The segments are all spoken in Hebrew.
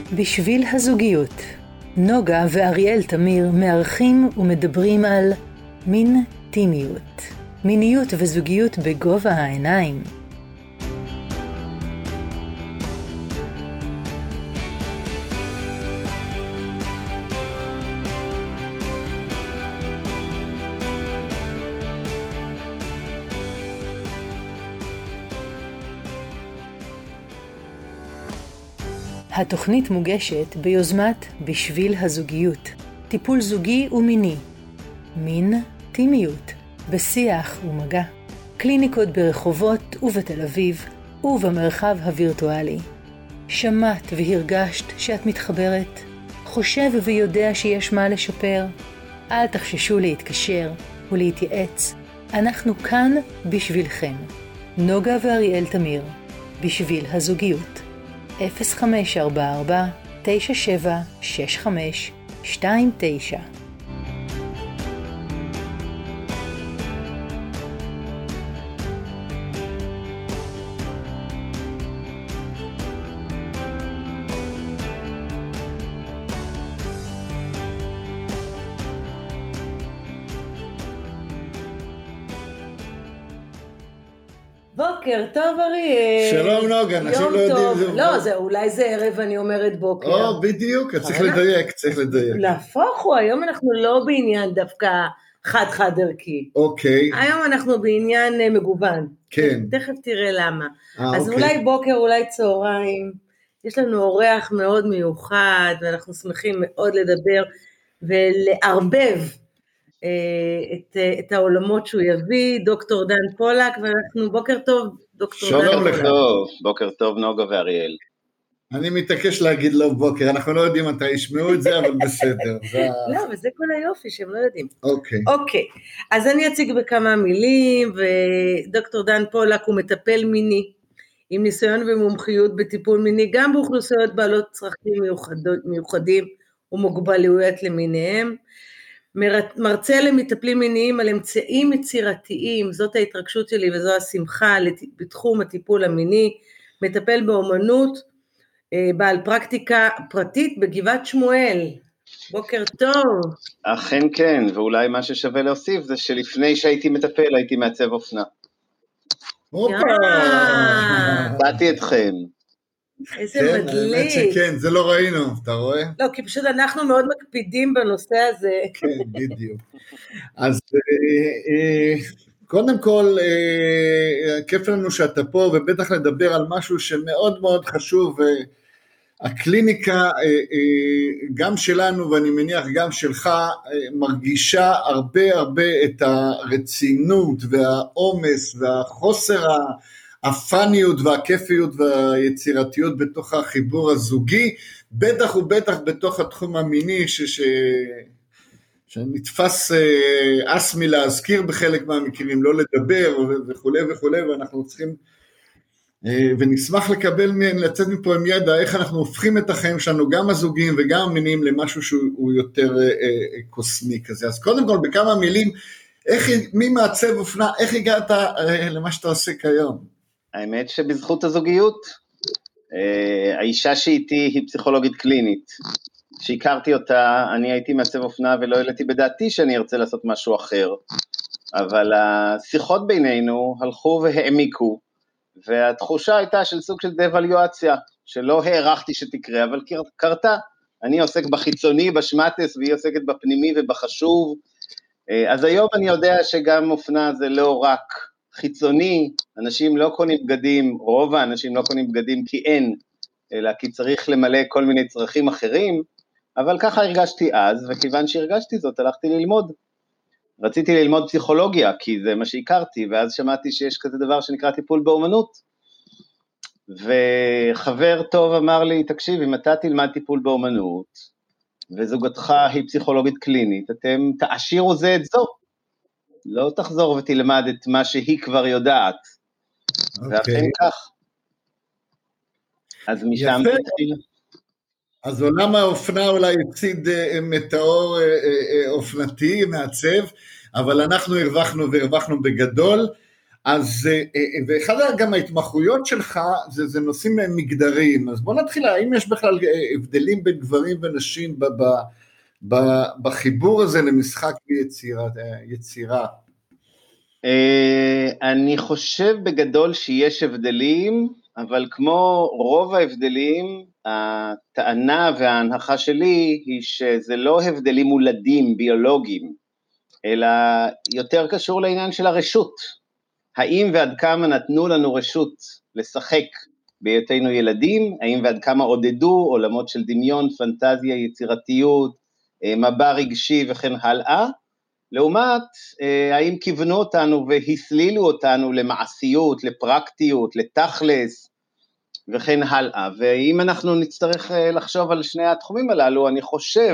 בשביל הזוגיות. נוגה ואריאל תמיר מארחים ומדברים על מין טימיות. מיניות וזוגיות בגובה העיניים. התוכנית מוגשת ביוזמת בשביל הזוגיות, טיפול זוגי ומיני, מין טימיות, בשיח ומגע, קליניקות ברחובות ובתל אביב ובמרחב הווירטואלי. שמעת והרגשת שאת מתחברת? חושב ויודע שיש מה לשפר? אל תחששו להתקשר ולהתייעץ, אנחנו כאן בשבילכם. נוגה ואריאל תמיר, בשביל הזוגיות. 0544-976529. בוקר טוב אריאל. שלום נוגה, אנשים לא יודעים. לא, אולי זה ערב אני אומרת בוקר. בדיוק, צריך לדייק. להפוך הוא, היום אנחנו לא בעניין דווקא חד ערכי. אוקיי. היום אנחנו בעניין מגוון. כן. תכף תראה למה. אז אולי בוקר, אולי צהריים. יש לנו אורח מאוד מיוחד, ואנחנו שמחים מאוד לדבר ולערבב את העולמות שהוא יביא, דוקטור דן פולק, ואנחנו, בוקר טוב, דוקטור דן פולק. שלום לך. בוקר טוב נוגה ואריאל. אני מתעקש להגיד לו בוקר, אנחנו לא יודעים מתי ישמעו את זה, אבל בסדר. לא, וזה כל היופי שהם לא יודעים. אוקיי. אז אני אציג בכמה מילים, ודוקטור דן פולק הוא מטפל מיני, עם ניסיון ומומחיות בטיפול מיני, גם באוכלוסיות בעלות צרכים מיוחדים ומוגבלויות למיניהם, מרצה למטפלים מיניים על אמצעים יצירתיים, זאת ההתרגשות שלי וזו השמחה בתחום הטיפול המיני, מטפל באומנות, בעל פרקטיקה פרטית בגבעת שמואל. בוקר טוב. אכן כן, ואולי מה ששווה להוסיף זה שלפני שהייתי מטפל הייתי מעצב אופנה. באתי אתכם. איזה מדליק. האמת שכן, זה לא ראינו, אתה רואה? לא, כי פשוט אנחנו מאוד מקפידים בנושא הזה. כן, בדיוק. אז קודם כל, כיף לנו שאתה פה, ובטח לדבר על משהו שמאוד מאוד חשוב, הקליניקה, גם שלנו, ואני מניח גם שלך, מרגישה הרבה את הרצינות, והעומס, והחוסר הפניות והכיפיות והיצירתיות בתוך החיבור הזוגי, בטח ובטח בתוך התחום המיני שנתפס אסמי להזכיר בחלק מהמקרים, לא לדבר וכו', ואנחנו צריכים, ונשמח לצאת מפה עם ידע, איך אנחנו הופכים את החיים שלנו, גם הזוגיים וגם המיניים, למשהו שהוא יותר קוסמי כזה. אז קודם כל, בכמה מילים, מי מעצב אופנה, איך הגעת למה שאתה עושה כיום? האמת שבזכות הזוגיות, האישה שאיתי היא פסיכולוגית קלינית, שהכרתי אותה, אני הייתי מעצב אופנה ולא העליתי בדעתי שאני ארצה לעשות משהו אחר, אבל השיחות בינינו הלכו והעמיקו, והתחושה הייתה של סוג של דוואליואציה, שלא הערכתי שתקרה, אבל קרתה. אני עוסק בחיצוני, בשמטס, והיא עוסקת בפנימי ובחשוב, אז היום אני יודע שגם אופנה זה לא רק חיצוני, אנשים לא קונים בגדים, רוב האנשים לא קונים בגדים כי אין, אלא כי צריך למלא כל מיני צרכים אחרים, אבל ככה הרגשתי אז, וכיוון שהרגשתי זאת, הלכתי ללמוד. רציתי ללמוד פסיכולוגיה, כי זה מה שהכרתי, ואז שמעתי שיש כזה דבר שנקרא טיפול באומנות, וחבר טוב אמר לי, תקשיב, אם אתה תלמד טיפול באומנות, וזוגתך היא פסיכולוגית קלינית, אתם תעשירו זה את זו, לא תחזור ותלמד את מה שהיא כבר יודעת, ואכן כך. אז משם תתחיל. אז עולם האופנה אולי יציד מטאור אופנתי, מעצב, אבל אנחנו הרווחנו בגדול. אז, ואחד גם ההתמחויות שלך, זה נושאים מגדריים, אז בוא נתחיל, האם יש בכלל הבדלים בין גברים ונשים בחיבור הזה למשחק ויצירה? אני חושב בגדול שיש הבדלים, אבל כמו רוב ההבדלים, הטענה וההנחה שלי היא שזה לא הבדלים מולדים ביולוגיים, אלא יותר קשור לעניין של הרשות. האם ועד כמה נתנו לנו רשות לשחק בהיותנו ילדים, האם ועד כמה עודדו עולמות של דמיון, פנטזיה, יצירתיות, מבע רגשי וכן הלאה, לעומת האם כיוונו אותנו והסלילו אותנו למעשיות, לפרקטיות, לתכלס וכן הלאה. ואם אנחנו נצטרך לחשוב על שני התחומים הללו, אני חושב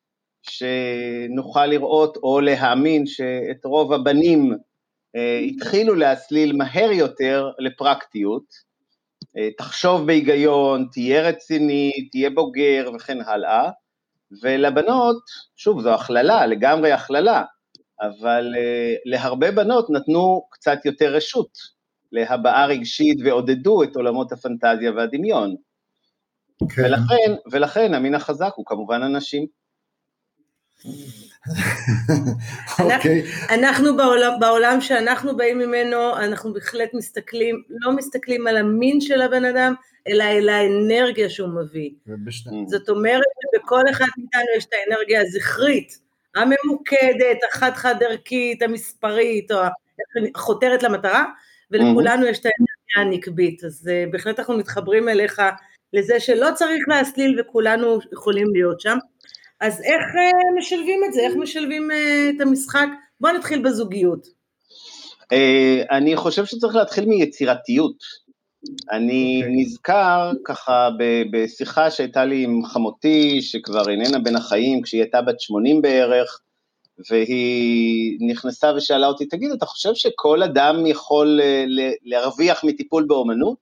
שנוכל לראות או להאמין שאת רוב הבנים התחילו להסליל מהר יותר לפרקטיות, תחשוב בהיגיון, תהיה רציני, תהיה בוגר וכן הלאה, ולבנות, שוב זו הכללה, לגמרי הכללה, אבל להרבה בנות נתנו קצת יותר רשות להבעה רגשית ועודדו את עולמות הפנטזיה והדמיון. Okay. ולכן המין החזק הוא כמובן הנשים. אנחנו בעולם שאנחנו באים ממנו, אנחנו בהחלט לא מסתכלים על המין של הבן אדם, אלא על האנרגיה שהוא מביא. זאת אומרת שבכל אחד מאיתנו יש את האנרגיה הזכרית, הממוקדת, החד ערכית, המספרית, או החותרת למטרה, ולכולנו יש את האנרגיה הנקבית. אז בהחלט אנחנו מתחברים אליך לזה שלא צריך להסליל וכולנו יכולים להיות שם. אז איך משלבים את זה? איך משלבים את המשחק? בוא נתחיל בזוגיות. אני חושב שצריך להתחיל מיצירתיות. אני נזכר ככה בשיחה שהייתה לי עם חמותי, שכבר איננה בין החיים, כשהיא הייתה בת 80 בערך, והיא נכנסה ושאלה אותי, תגיד, אתה חושב שכל אדם יכול להרוויח מטיפול באומנות?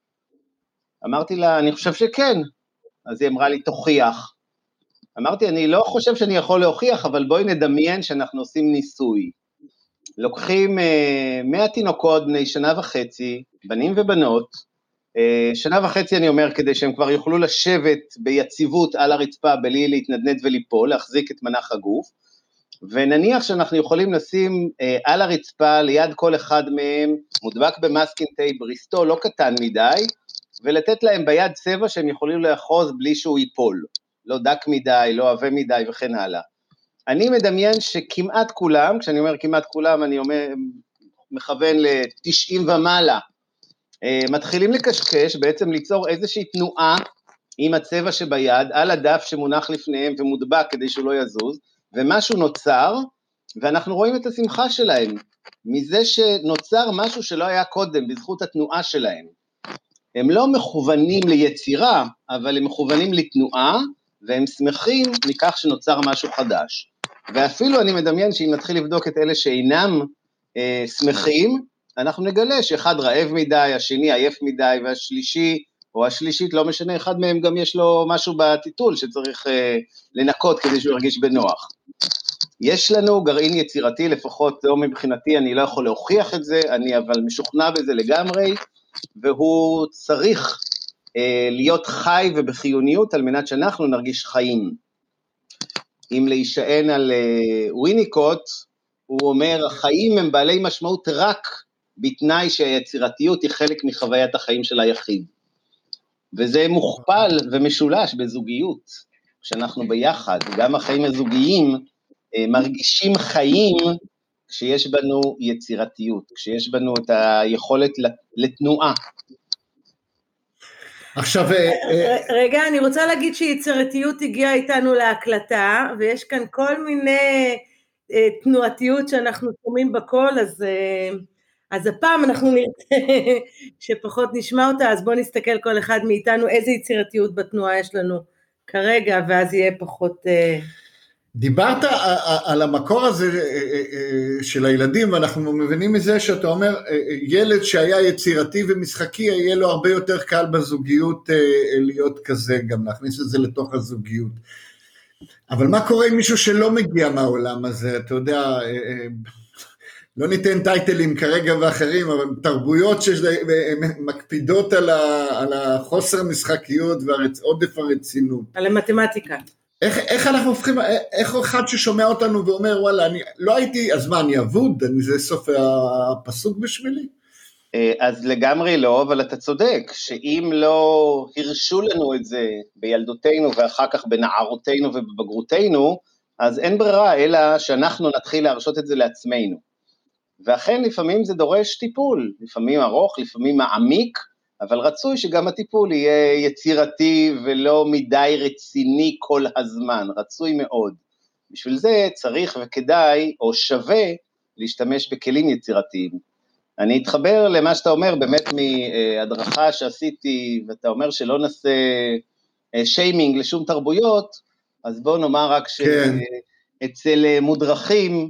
אמרתי לה, אני חושב שכן. אז היא אמרה לי, תוכיח. אמרתי, אני לא חושב שאני יכול להוכיח, אבל בואי נדמיין שאנחנו עושים ניסוי. לוקחים 100 תינוקות בני 1.5 שנה, בנים ובנות, 1.5 שנה אני אומר, כדי שהם כבר יוכלו לשבת ביציבות על הרצפה, בלי להתנדנד וליפול, להחזיק את מנח הגוף, ונניח שאנחנו יכולים לשים על הרצפה, ליד כל אחד מהם, מודבק במסקינג טייפ, בריסטול לא קטן מדי, ולתת להם ביד צבע שהם יכולים לאחוז בלי שהוא ייפול. לא דק מדי, לא עבה מדי וכן הלאה. אני מדמיין שכמעט כולם, כשאני אומר כמעט כולם, אני מכוון ל-90 ומעלה, מתחילים לקשקש, בעצם ליצור איזושהי תנועה עם הצבע שביד, על הדף שמונח לפניהם ומודבק כדי שהוא לא יזוז, ומשהו נוצר, ואנחנו רואים את השמחה שלהם, מזה שנוצר משהו שלא היה קודם, בזכות התנועה שלהם. הם לא מכוונים ליצירה, אבל הם מכוונים לתנועה, והם שמחים מכך שנוצר משהו חדש. ואפילו אני מדמיין שאם נתחיל לבדוק את אלה שאינם שמחים, אנחנו נגלה שאחד רעב מדי, השני עייף מדי, והשלישי, או השלישית, לא משנה, אחד מהם גם יש לו משהו בטיטול שצריך לנקות כדי שהוא ירגיש בנוח. יש לנו גרעין יצירתי, לפחות לא מבחינתי, אני לא יכול להוכיח את זה, אני אבל משוכנע בזה לגמרי, והוא צריך להיות חי ובחיוניות על מנת שאנחנו נרגיש חיים. אם להישען על וויניקוט, הוא אומר, החיים הם בעלי משמעות רק בתנאי שהיצירתיות היא חלק מחוויית החיים של היחיד. וזה מוכפל ומשולש בזוגיות, כשאנחנו ביחד, גם החיים הזוגיים מרגישים חיים כשיש בנו יצירתיות, כשיש בנו את היכולת לתנועה. עכשיו, רגע, אני רוצה להגיד שיצירתיות הגיעה איתנו להקלטה, ויש כאן כל מיני תנועתיות שאנחנו שומעים בקול, אז הפעם אנחנו נרצה שפחות נשמע אותה, אז בואו נסתכל כל אחד מאיתנו איזה יצירתיות בתנועה יש לנו כרגע, ואז יהיה פחות... דיברת על המקור הזה של הילדים, ואנחנו מבינים מזה שאתה אומר, ילד שהיה יצירתי ומשחקי, יהיה לו הרבה יותר קל בזוגיות להיות כזה, גם להכניס את זה לתוך הזוגיות. אבל מה קורה עם מישהו שלא מגיע מהעולם הזה, אתה יודע, לא ניתן טייטלים כרגע ואחרים, אבל תרבויות שמקפידות על החוסר משחקיות ועודף הרצינות. על המתמטיקה. איך אנחנו הופכים, איך אחד ששומע אותנו ואומר, וואלה, אני לא הייתי, אז מה, אני אבוד? זה סוף הפסוק בשבילי? אז לגמרי לא, אבל אתה צודק, שאם לא הרשו לנו את זה בילדותנו ואחר כך בנערותנו ובבגרותנו, אז אין ברירה, אלא שאנחנו נתחיל להרשות את זה לעצמנו. ואכן לפעמים זה דורש טיפול, לפעמים ארוך, לפעמים מעמיק, אבל רצוי שגם הטיפול יהיה יצירתי ולא מדי רציני כל הזמן, רצוי מאוד. בשביל זה צריך וכדאי או שווה להשתמש בכלים יצירתיים. אני אתחבר למה שאתה אומר, באמת מהדרכה שעשיתי, ואתה אומר שלא נעשה שיימינג לשום תרבויות, אז בוא נאמר רק שאצל מודרכים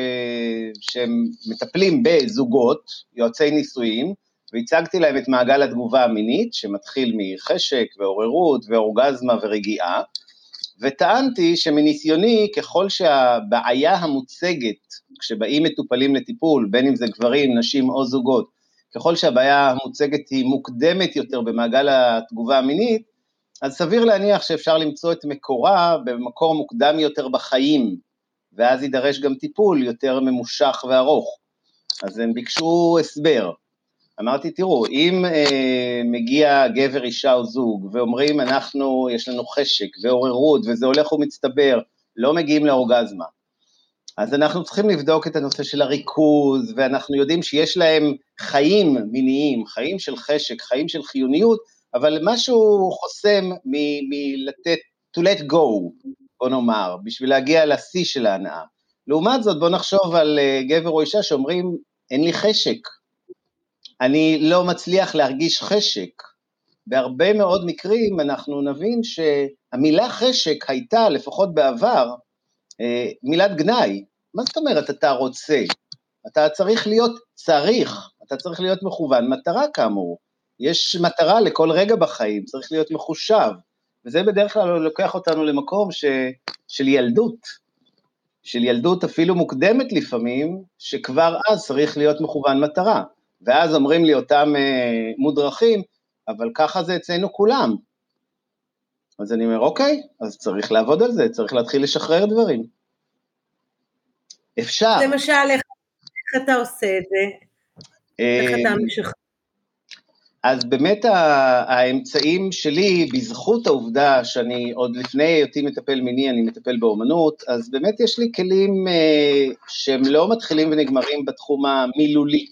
שמטפלים בזוגות, יועצי נישואים, והצגתי להם את מעגל התגובה המינית, שמתחיל מחשק ועוררות ואורגזמה ורגיעה, וטענתי שמניסיוני, ככל שהבעיה המוצגת, כשבאים מטופלים לטיפול, בין אם זה גברים, נשים או זוגות, ככל שהבעיה המוצגת היא מוקדמת יותר במעגל התגובה המינית, אז סביר להניח שאפשר למצוא את מקורה במקור מוקדם יותר בחיים, ואז יידרש גם טיפול יותר ממושך וארוך. אז הם ביקשו הסבר. אמרתי, תראו, אם מגיע גבר, אישה או זוג, ואומרים, יש לנו חשק ועוררות, וזה הולך ומצטבר, לא מגיעים לאורגזמה, אז אנחנו צריכים לבדוק את הנושא של הריכוז, ואנחנו יודעים שיש להם חיים מיניים, חיים של חשק, חיים של חיוניות, אבל משהו חוסם מלתת, to let go, בוא נאמר, בשביל להגיע לשיא של ההנאה. לעומת זאת, בוא נחשוב על גבר או אישה שאומרים, אין לי חשק, אני לא מצליח להרגיש חשק. בהרבה מאוד מקרים אנחנו נבין שהמילה חשק הייתה, לפחות בעבר, מילת גנאי. מה זאת אומרת אתה רוצה? אתה צריך להיות מכוון מטרה כאמור. יש מטרה לכל רגע בחיים, צריך להיות מחושב. וזה בדרך כלל לוקח אותנו למקום של ילדות אפילו מוקדמת לפעמים, שכבר אז צריך להיות מכוון מטרה. ואז אומרים לי אותם מודרכים, אבל ככה זה אצלנו כולם. אז אני אומר, אוקיי, אז צריך לעבוד על זה, צריך להתחיל לשחרר דברים. אפשר. למשל, איך אתה עושה את זה? איך אתה משחרר? אז באמת האמצעים שלי, בזכות העובדה שאני עוד לפני היותי מטפל מיני, אני מטפל באומנות, אז באמת יש לי כלים שהם לא מתחילים ונגמרים בתחום המילולי.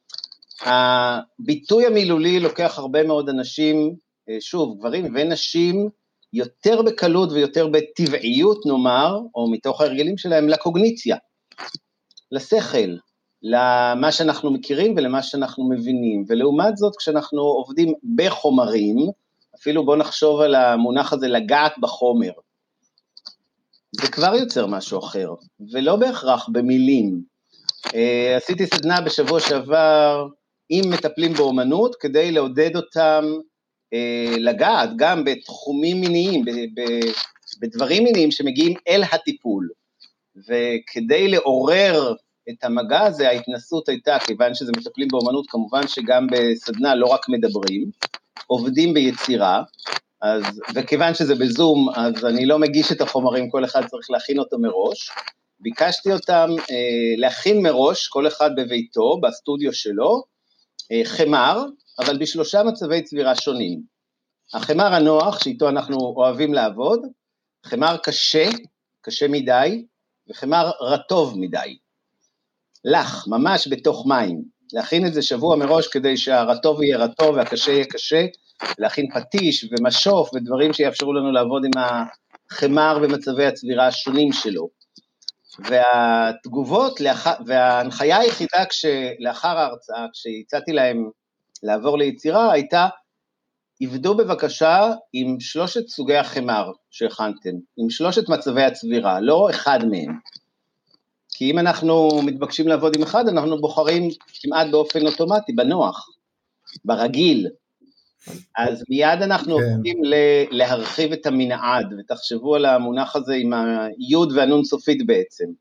הביטוי המילולי לוקח הרבה מאוד אנשים, שוב, גברים ונשים, יותר בקלות ויותר בטבעיות נאמר, או מתוך ההרגלים שלהם, לקוגניציה, לשכל, למה שאנחנו מכירים ולמה שאנחנו מבינים, ולעומת זאת כשאנחנו עובדים בחומרים, אפילו בוא נחשוב על המונח הזה לגעת בחומר, זה כבר יוצר משהו אחר, ולא בהכרח במילים. עשיתי סדנה בשבוע שעבר עם מטפלים באומנות, כדי לעודד אותם לגעת גם בתחומים מיניים, בדברים מיניים שמגיעים אל הטיפול, וכדי לעורר את המגע הזה, ההתנסות הייתה, כיוון שזה מטפלים באומנות, כמובן שגם בסדנה לא רק מדברים, עובדים ביצירה, וכיוון שזה בזום, אז אני לא מגיש את החומרים, כל אחד צריך להכין אותו מראש, ביקשתי אותם להכין מראש, כל אחד בביתו, בסטודיו שלו, חמר, אבל בשלושה מצבי צבירה שונים. החמר הנוח, שאיתו אנחנו אוהבים לעבוד, חמר קשה מדי, וחמר רטוב מדי. לך, ממש בתוך מים. להכין את זה שבוע מראש, כדי שהרטוב יהיה רטוב והקשה יהיה קשה, להכין פטיש ומשוף ודברים שיאפשרו לנו לעבוד עם החמר במצבי הצבירה השונים שלו. והתגובות, וההנחיה היחידה לאחר ההרצאה, כשהצעתי להם לעבור ליצירה, הייתה, עבדו בבקשה עם 3 סוגי החמר שהכנתם, עם 3 מצבי הצבירה, לא אחד מהם. כי אם אנחנו מתבקשים לעבוד עם אחד, אנחנו בוחרים כמעט באופן אוטומטי, בנוח, ברגיל. אז מיד אנחנו הולכים להרחיב את המנעד, ותחשבו על המונח הזה עם היוד והנון סופית בעצם.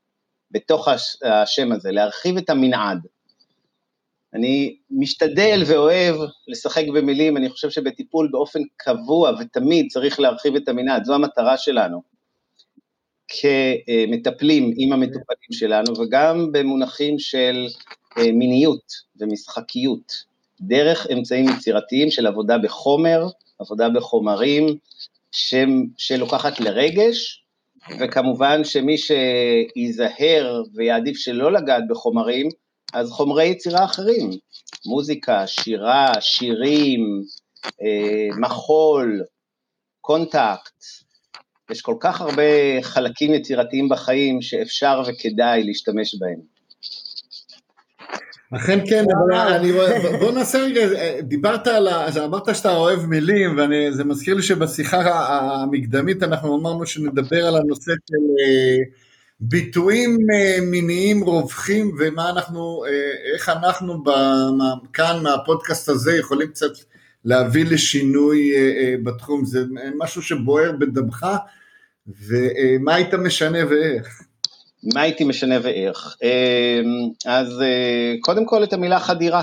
בתוך השם הזה, להרחיב את המנעד. אני משתדל ואוהב לשחק במילים, אני חושב שבטיפול באופן קבוע ותמיד צריך להרחיב את המנעד, זו המטרה שלנו, כמטפלים עם המטופלים שלנו, וגם במונחים של מיניות ומשחקיות, דרך אמצעים יצירתיים של עבודה בחומר, עבודה בחומרים, שלוקחת לרגש, וכמובן שמי שיזהר ויעדיף שלא לגעת בחומרים, אז חומרי יצירה אחרים, מוזיקה, שירה, שירים, מחול, קונטקט, יש כל כך הרבה חלקים יצירתיים בחיים שאפשר וכדאי להשתמש בהם. אכן כן, בוא נעשה רגע, דיברת אמרת שאתה אוהב מילים, וזה מזכיר לי שבשיחה המקדמית אנחנו אמרנו שנדבר על הנושא של ביטויים מיניים רווחים, ומה אנחנו, איך אנחנו כאן מהפודקאסט הזה יכולים קצת להביא לשינוי בתחום, זה משהו שבוער בדמך, ומה היית משנה ואיך? מה הייתי משנה ואיך? אז קודם כל את המילה חדירה,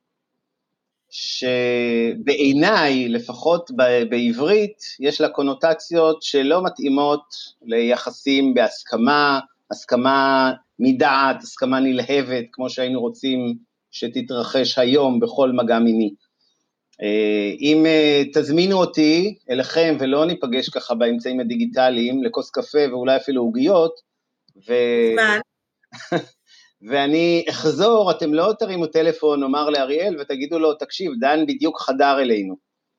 שבעיניי, לפחות בעברית, יש לה קונוטציות שלא מתאימות ליחסים בהסכמה, הסכמה מדעת, הסכמה נלהבת, כמו שהיינו רוצים שתתרחש היום בכל מגע מיני. אם תזמינו אותי אליכם ולא ניפגש ככה באמצעים הדיגיטליים, לכוס קפה ואולי אפילו עוגיות, ואני אחזור, אתם לא תרימו טלפון, אומר לאריאל, ותגידו לו, תקשיב, דן בדיוק חדר אלינו.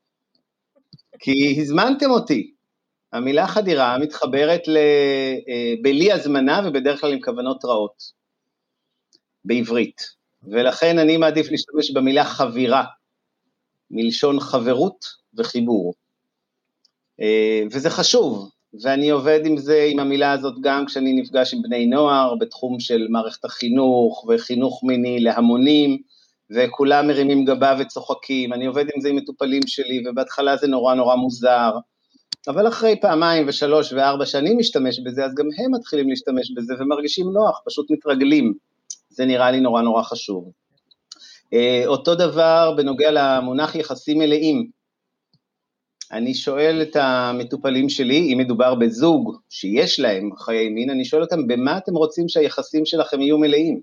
כי הזמנתם אותי. המילה חדירה מתחברת בלי הזמנה, ובדרך כלל עם כוונות רעות, בעברית. ולכן אני מעדיף להשתמש במילה חבירה, מלשון חברות וחיבור. וזה חשוב. ואני עובד עם זה, עם המילה הזאת גם כשאני נפגש עם בני נוער, בתחום של מערכת החינוך, וחינוך מיני להמונים, וכולם מרימים גבה וצוחקים, אני עובד עם זה עם מטופלים שלי, ובהתחלה זה נורא נורא מוזר, אבל אחרי 2, 3 ו4 שנים משתמש בזה, אז גם הם מתחילים להשתמש בזה, ומרגישים נוח, פשוט מתרגלים, זה נראה לי נורא נורא חשוב. אותו דבר בנוגע למונח יחסים מלאים, אני שואל את המטופלים שלי, אם מדובר בזוג שיש להם חיי מין, אני שואל אותם, במה אתם רוצים שהיחסים שלכם יהיו מלאים?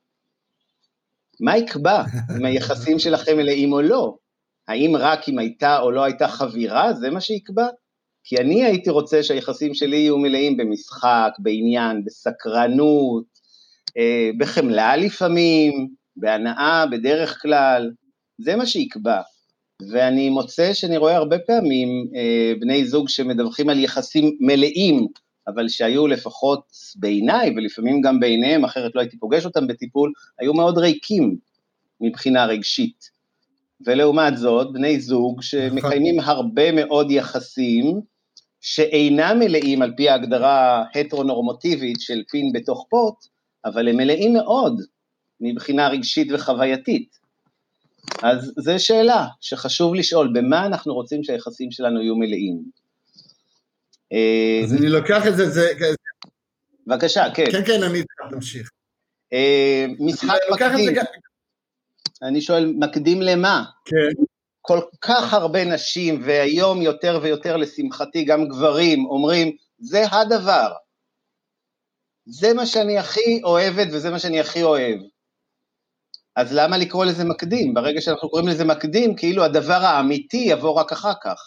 מה יקבע אם היחסים שלכם מלאים או לא? האם רק אם הייתה או לא הייתה חבירה, זה מה שיקבע? כי אני הייתי רוצה שהיחסים שלי יהיו מלאים במשחק, בעניין, בסקרנות, בחמלה לפעמים, בהנאה, בדרך כלל, זה מה שיקבע. ואני מוצא שאני רואה הרבה פעמים בני זוג שמדווחים על יחסים מלאים, אבל שהיו לפחות בעיניי, ולפעמים גם בעיניהם, אחרת לא הייתי פוגש אותם בטיפול, היו מאוד ריקים מבחינה רגשית. ולעומת זאת, בני זוג שמקיימים הרבה מאוד יחסים, שאינם מלאים על פי ההגדרה הטרונורמטיבית של פין בתוך פוט, אבל הם מלאים מאוד מבחינה רגשית וחווייתית. אז זו שאלה שחשוב לשאול, במה אנחנו רוצים שהיחסים שלנו יהיו מלאים? אז אני לוקח את זה... בבקשה, כן. כן, אני תמשיך. משחק מקדים. אני שואל, מקדים למה? כן. כל כך הרבה נשים, והיום יותר ויותר לשמחתי, גם גברים, אומרים, זה הדבר. זה מה שאני הכי אוהבת, וזה מה שאני הכי אוהב. אז למה לקרוא לזה מקדים? ברגע שאנחנו קוראים לזה מקדים, כאילו הדבר האמיתי יבוא רק אחר כך.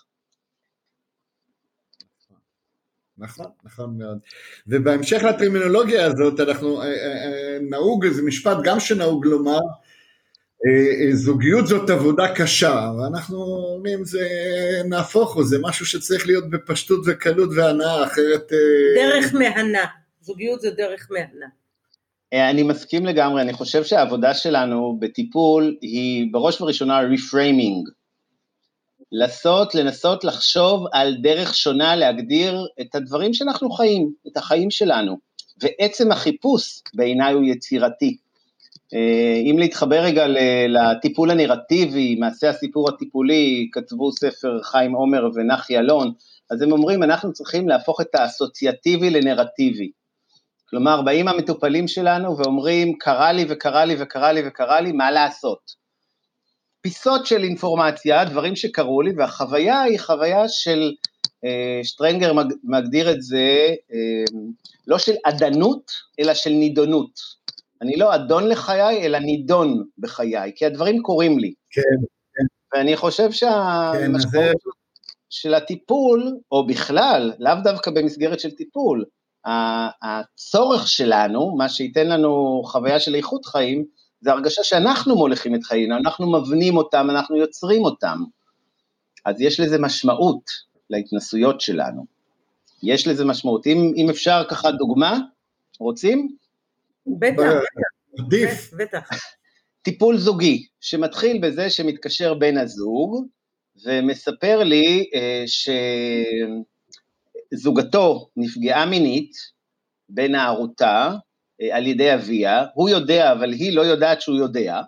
נכון מאוד. ובהמשך לטרמינולוגיה הזאת, אנחנו נהוג, זה משפט גם שנהוג לומר, זוגיות זאת עבודה קשה, ואנחנו אומרים זה נהפוך, זה משהו שצריך להיות בפשטות וקלות והנאה, אחרת... דרך מהנה, זוגיות זה דרך מהנה. אני מסכים לגמרי, אני חושב שהעבודה שלנו בטיפול היא בראש וראשונה reframing, לנסות לחשוב על דרך שונה להגדיר את הדברים שאנחנו חיים, את החיים שלנו, ועצם החיפוש בעיניי הוא יצירתי. אם להתחבר רגע לטיפול הנרטיבי, מעשה הסיפור הטיפולי, כתבו ספר חיים עומר ונחי אלון, אז הם אומרים אנחנו צריכים להפוך את האסוציאטיבי לנרטיבי, כלומר, באים המטופלים שלנו ואומרים, קרה לי וקרה לי וקרה לי וקרה לי, מה לעשות? פיסות של אינפורמציה, דברים שקרו לי, והחוויה היא חוויה של, שטרנגר מגדיר את זה, לא של עדנות, אלא של נידונות. אני לא אדון לחיי, אלא נידון בחיי, כי הדברים קורים לי. כן. ואני חושב שהמשמעות של הטיפול, או בכלל, לאו דווקא במסגרת של טיפול, הצורך שלנו, מה שייתן לנו חוויה של איכות חיים, זה הרגשה שאנחנו מולכים את חיינו, אנחנו מבנים אותם, אנחנו יוצרים אותם. אז יש לזה משמעות להתנסויות שלנו. יש לזה משמעות. אם אפשר ככה דוגמה, רוצים? בטח. טיפול זוגי, שמתחיל בזה שמתקשר בן הזוג, ומספר לי שזוגתו נפגעה מינית בנערותה, על ידי אביה, הוא יודע, אבל היא לא יודעת שהוא יודע,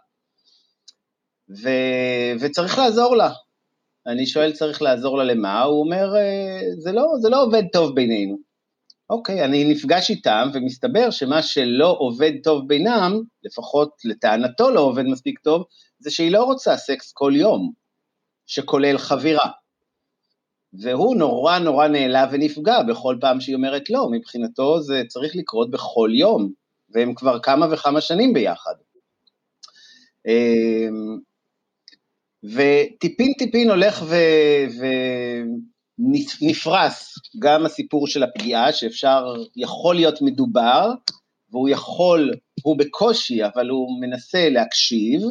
וצריך לעזור לה. אני שואל, צריך לעזור לה למה? הוא אומר, זה לא עובד טוב בינינו. אוקיי, אני נפגש איתם, ומסתבר שמה שלא עובד טוב בינם, לפחות לטענתו לא עובד מספיק טוב, זה שהיא לא רוצה סקס כל יום, שכולל חבירה. והוא נורא נורא נעלב ונפגע בכל פעם שהיא אומרת לא, מבחינתו זה צריך לקרות בכל יום, והם כבר כמה וכמה שנים ביחד. וטיפין טיפין הולך ונפרס גם הסיפור של הפגיעה, יכול להיות מדובר, הוא בקושי, אבל הוא מנסה להקשיב,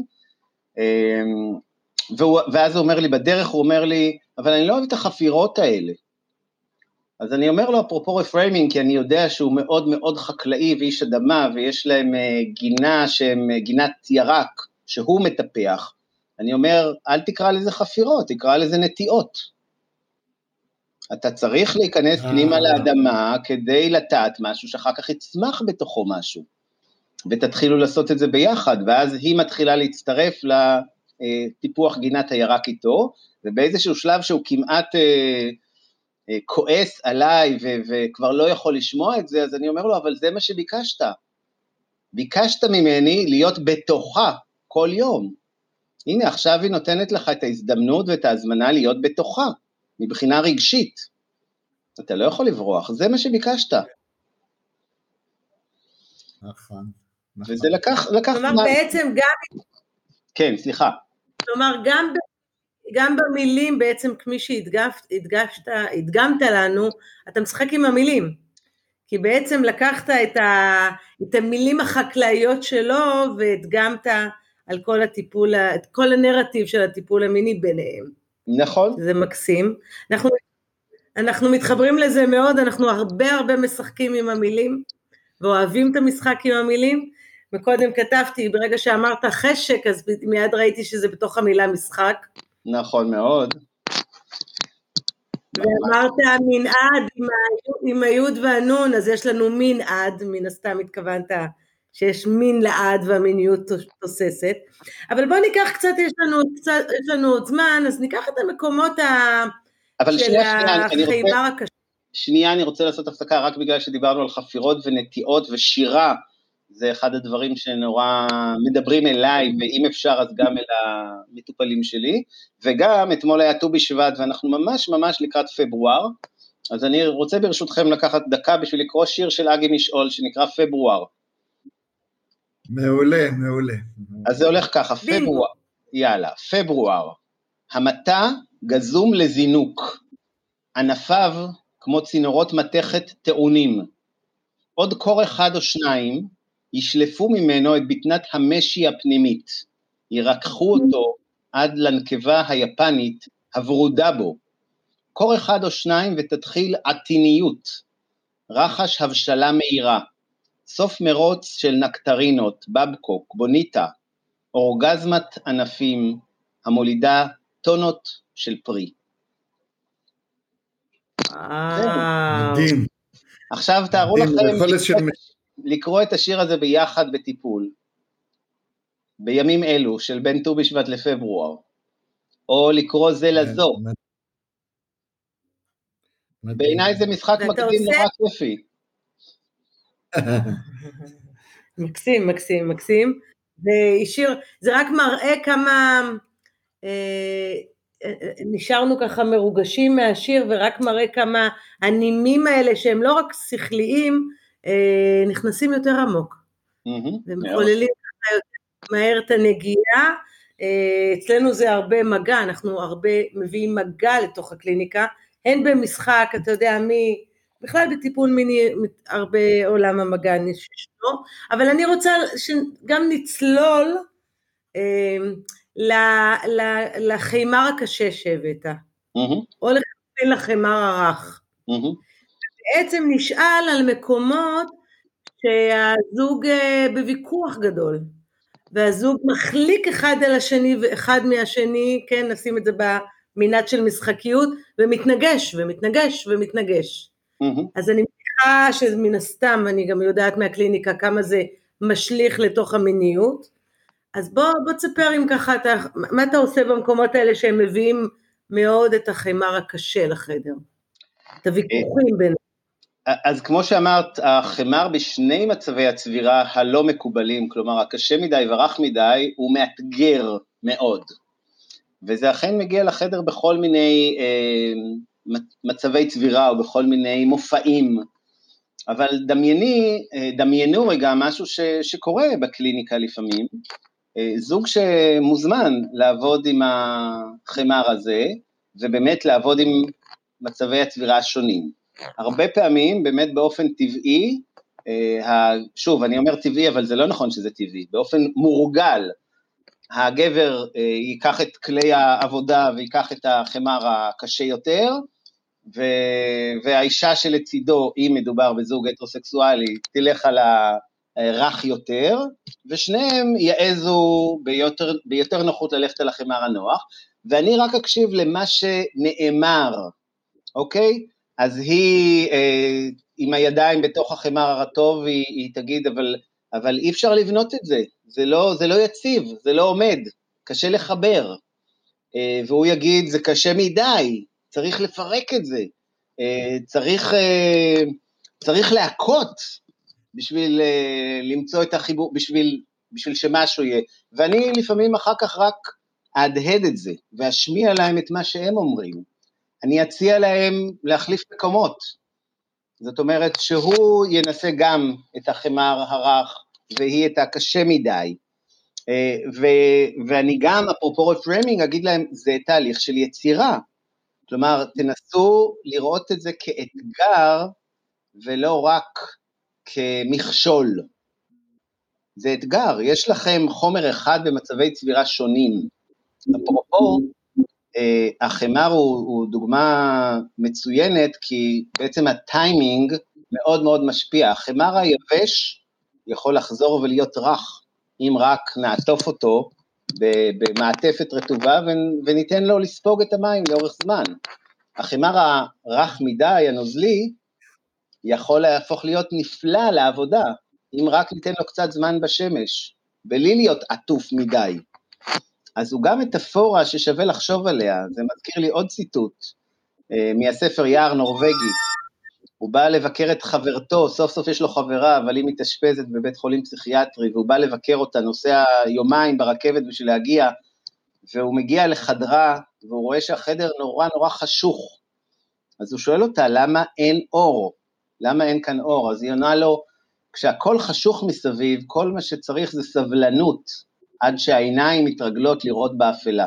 ואז הוא אומר לי, בדרך הוא אומר לי, אבל אני לא אוהב את החפירות האלה. אז אני אומר לו, אפרופו רפריימינג, כי אני יודע שהוא מאוד מאוד חקלאי ואיש אדמה, ויש להם גינה שהם גינת ירק, שהוא מטפח. אני אומר, אל תקרא לזה חפירות, תקרא לזה נטיעות. אתה צריך להיכנס פנימה לאדמה, כדי לטעת משהו, שאחר כך יצמח בתוכו משהו. ותתחילו לעשות את זה ביחד, ואז היא מתחילה להצטרף לטיפוח גינת הירק איתו, ובאיזשהו שלב שהוא כמעט כועס עליי, וכבר לא יכול לשמוע את זה, אז אני אומר לו, אבל זה מה שביקשת. ביקשת ממני להיות בתוכה כל יום. הנה, עכשיו היא נותנת לך את ההזדמנות ואת ההזמנה להיות בתוכה, מבחינה רגשית. אתה לא יכול לברוח, זה מה שביקשת. נכון. וזה לקח... כלומר, בעצם גם... כן, סליחה. כלומר, גם במילים, בעצם כמי שהדגמת לנו, אתה משחק עם המילים. כי בעצם לקחת את המילים החקלאיות שלו, והדגמת על כל הטיפול, את כל הנרטיב של הטיפול המיני ביניהם. נכון. זה מקסים. אנחנו מתחברים לזה מאוד, אנחנו הרבה משחקים עם המילים, ואוהבים את המשחק עם המילים, וקודם כתבתי, ברגע שאמרת חשק, אז מיד ראיתי שזה בתוך המילה משחק. נכון מאוד. ואמרת מנעד עם היוד והנון, אז יש לנו מנעד, מן הסתם התכוונת שיש מין לעד והמיניות תוססת, אבל בוא ניקח קצת, יש לנו עוד זמן, אז ניקח את המקומות של החייבר הקשה. שנייה, אני רוצה לעשות הפסקה, רק בגלל שדיברנו על חפירות ונטיעות ושירה, זה אחד הדברים שנורא מדברים אליי, ואם אפשר אז גם אל המטופלים שלי, וגם אתמול היה ט"ו בשבט, ואנחנו ממש לקראת פברואר, אז אני רוצה ברשותכם לקחת דקה בשביל לקרוא שיר של אגי משעול, שנקרא פברואר. מעולה. אז זה הולך ככה, פברואר, יאללה, פברואר, המטה גזום לזינוק, ענפיו כמו צינורות מתכת טעונים, עוד קור אחד או שניים, ישלפו ממנו את בטנת המשי הפנימית, ירקחו אותו עד לנקבה היפנית הברודה בו, קור אחד או שניים ותתחיל עתיניות, רחש הבשלה מהירה, סוף מרוץ של נקטרינות, בבקוק, בוניטה, אורגזמת ענפים, המולידה טונות של פרי. מדהים. עכשיו תארו לכם לקרוא את השיר הזה ביחד בטיפול, בימים אלו של בין ט"ו בשבט לפברואר, או לקרוא זה לזו. בעיניי זה משחק מקדים נורא כיפי. מקסים, מקסים, מקסים. זה רק מראה כמה נשארנו ככה מרוגשים מהשיר, ורק מראה כמה הנימים האלה שהם לא רק שכליים, נכנסים יותר עמוק, ומחוללים ככה יותר מהר את הנגיעה. אצלנו זה הרבה מגע, אנחנו הרבה מביאים מגע לתוך הקליניקה, הן במשחק, אתה יודע מי, בכלל בטיפול מיני, הרבה עולם המגע נשנו, אבל אני רוצה שגם נצלול לחימר הקשה שהבאת, או לחימר הרך. בעצם נשאל על מקומות שהזוג בוויכוח גדול, והזוג מחליק אחד על השני ואחד מהשני, כן, נשים את זה במנעד של משחקיות, ומתנגש ומתנגש ומתנגש. אז אני מניחה שמן הסתם, אני גם יודעת מהקליניקה כמה זה משליך לתוך המיניות, אז בוא תספר אם ככה, מה אתה עושה במקומות האלה שהם מביאים מאוד את החימר הקשה לחדר? את הוויכוחים בין... אז כמו שאמרת, החימר בשני מצבי הצבירה הלא מקובלים, כלומר הקשה מדי ורך מדי, הוא מאתגר מאוד. וזה אכן מגיע לחדר בכל מיני מצבי צבירה או בכל מיני מופעים. אבל דמיינו רגע משהו שקורה בקליניקה לפעמים, זוג שמוזמן לעבוד עם החימר הזה, ובאמת לעבוד עם מצבי הצבירה השונים. הרבה פעמים, באמת באופן טבעי, שוב, אני אומר טבעי, אבל זה לא נכון שזה טבעי, באופן מורגל, הגבר ייקח את כלי העבודה, ויקח את החימר הקשה יותר, והאישה שלצידו, אם מדובר בזוג הטרוסקסואלי, תלך על הרך יותר, ושניהם יעזו ביותר נוחות ללכת על החימר הנוח, ואני רק אקשיב למה שנאמר, אוקיי? אז היא עם הידיים בתוך החימר הרטוב, היא תגיד, אבל אי אפשר לבנות את זה, זה לא יציב, זה לא עומד, קשה לחבר, והוא יגיד, זה קשה מדי, צריך לפרק את זה, צריך להכות, בשביל למצוא את החיבור, בשביל שמשהו יהיה, ואני לפעמים אחר כך רק אדהד את זה, ואשמיע להם את מה שהם אומרים, אני אציע להם להחליף מקומות, זאת אומרת שהוא ינסה גם את החימר הרך, והיא את הקשה מדי, ואני גם אפרופו רפרמינג אגיד להם, זה תהליך של יצירה, כלומר תנסו לראות את זה כאתגר, ולא רק כמכשול, זה אתגר, יש לכם חומר אחד במצבי צבירה שונים, אפרופו, החימר הוא דוגמה מצוינת, כי בעצם הטיימינג מאוד מאוד משפיע, החימר היבש יכול לחזור ולהיות רך, אם רק נעטוף אותו במעטפת רטובה, וניתן לו לספוג את המים לאורך זמן, החימר הרך מדי, הנוזלי, יכול להפוך להיות נפלא לעבודה, אם רק ניתן לו קצת זמן בשמש, בלי להיות עטוף מדי, אז הוא גם מטאפורה ששווה לחשוב עליה, זה מזכיר לי עוד ציטוט, מהספר יער נורווגי, הוא בא לבקר את חברתו, סוף סוף יש לו חברה, אבל היא מתאשפזת בבית חולים פסיכיאטרי, והוא בא לבקר אותה, נוסע יומיים ברכבת בשביל להגיע, והוא מגיע לחדרה, והוא רואה שהחדר נורא נורא חשוך, אז הוא שואל אותה, למה אין אור? למה אין כאן אור? אז היא עונה לו, כשהכל חשוך מסביב, כל מה שצריך זה סבלנות, עד שהעיניים מתרגלות לראות באפלה.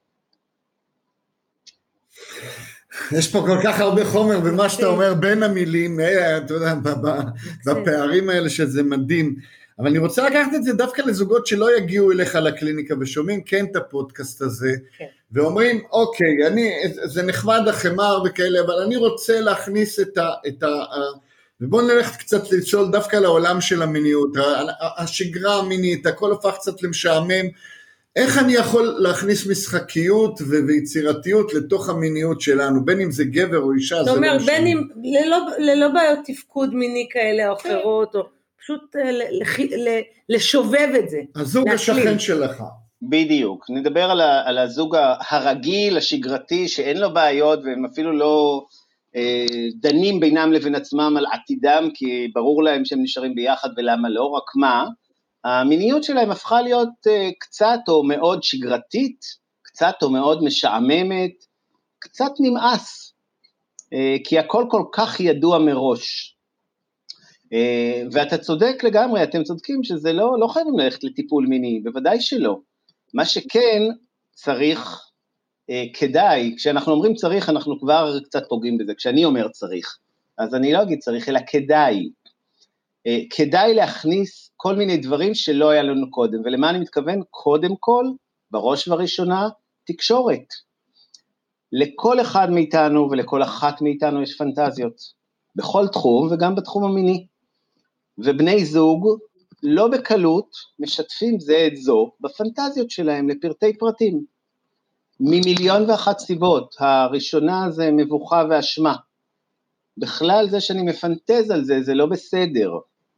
יש פה כל כך הרבה חומר במה שאתה אומר בין המילים, אתה יודע, בפערים האלה שזה מדהים, אבל אני רוצה לקחת את זה דווקא לזוגות שלא יגיעו אליך לקליניקה ושומעים כן את הפודקאסט הזה, ואומרים, אוקיי, זה נחמד החימר וכאלה, אבל אני רוצה להכניס את ובואו נלך קצת לשאול דווקא לעולם של המיניות, השגרה המינית, הכל הפך קצת למשעמם, איך אני יכול להכניס משחקיות ויצירתיות לתוך המיניות שלנו, בין אם זה גבר או אישה, זאת אומרת, בין אם, ללא בעיות תפקוד מיני כאלה או אחרות, או פשוט לשובב את זה. הזוג השכן שלך. בדיוק, נדבר על הזוג הרגיל, השגרתי, שאין לו בעיות, והם אפילו דנים בינם לבין עצמם על עתידם, כי ברור להם שהם נשארים ביחד ולמה לא, רק מה, המיניות שלהם הפכה להיות קצת או מאוד שגרתית, קצת או מאוד משעממת, קצת נמאס, כי הכל כל כך ידוע מראש. ואתה צודק לגמרי, אתם צודקים שזה לא חייבים ללכת לטיפול מיני, בוודאי שלא. מה שכן צריך, כדאי, כשאנחנו אומרים צריך, אנחנו כבר קצת פוגעים בזה, כשאני אומר צריך, אז אני לא אגיד צריך, אלא כדאי. כדאי להכניס כל מיני דברים שלא היה לנו קודם, ולמה אני מתכוון? קודם כל, בראש ובראשונה, תקשורת. לכל אחד מאיתנו ולכל אחת מאיתנו יש פנטזיות, בכל תחום וגם בתחום המיני. ובני זוג לא בקלות משתפים זה את זו בפנטזיות שלהם לפרטי פרטים. ממיליון ואחת סיבות, הראשונה זה מבוכה ואשמה. בכלל זה שאני מפנטז על זה, זה לא בסדר.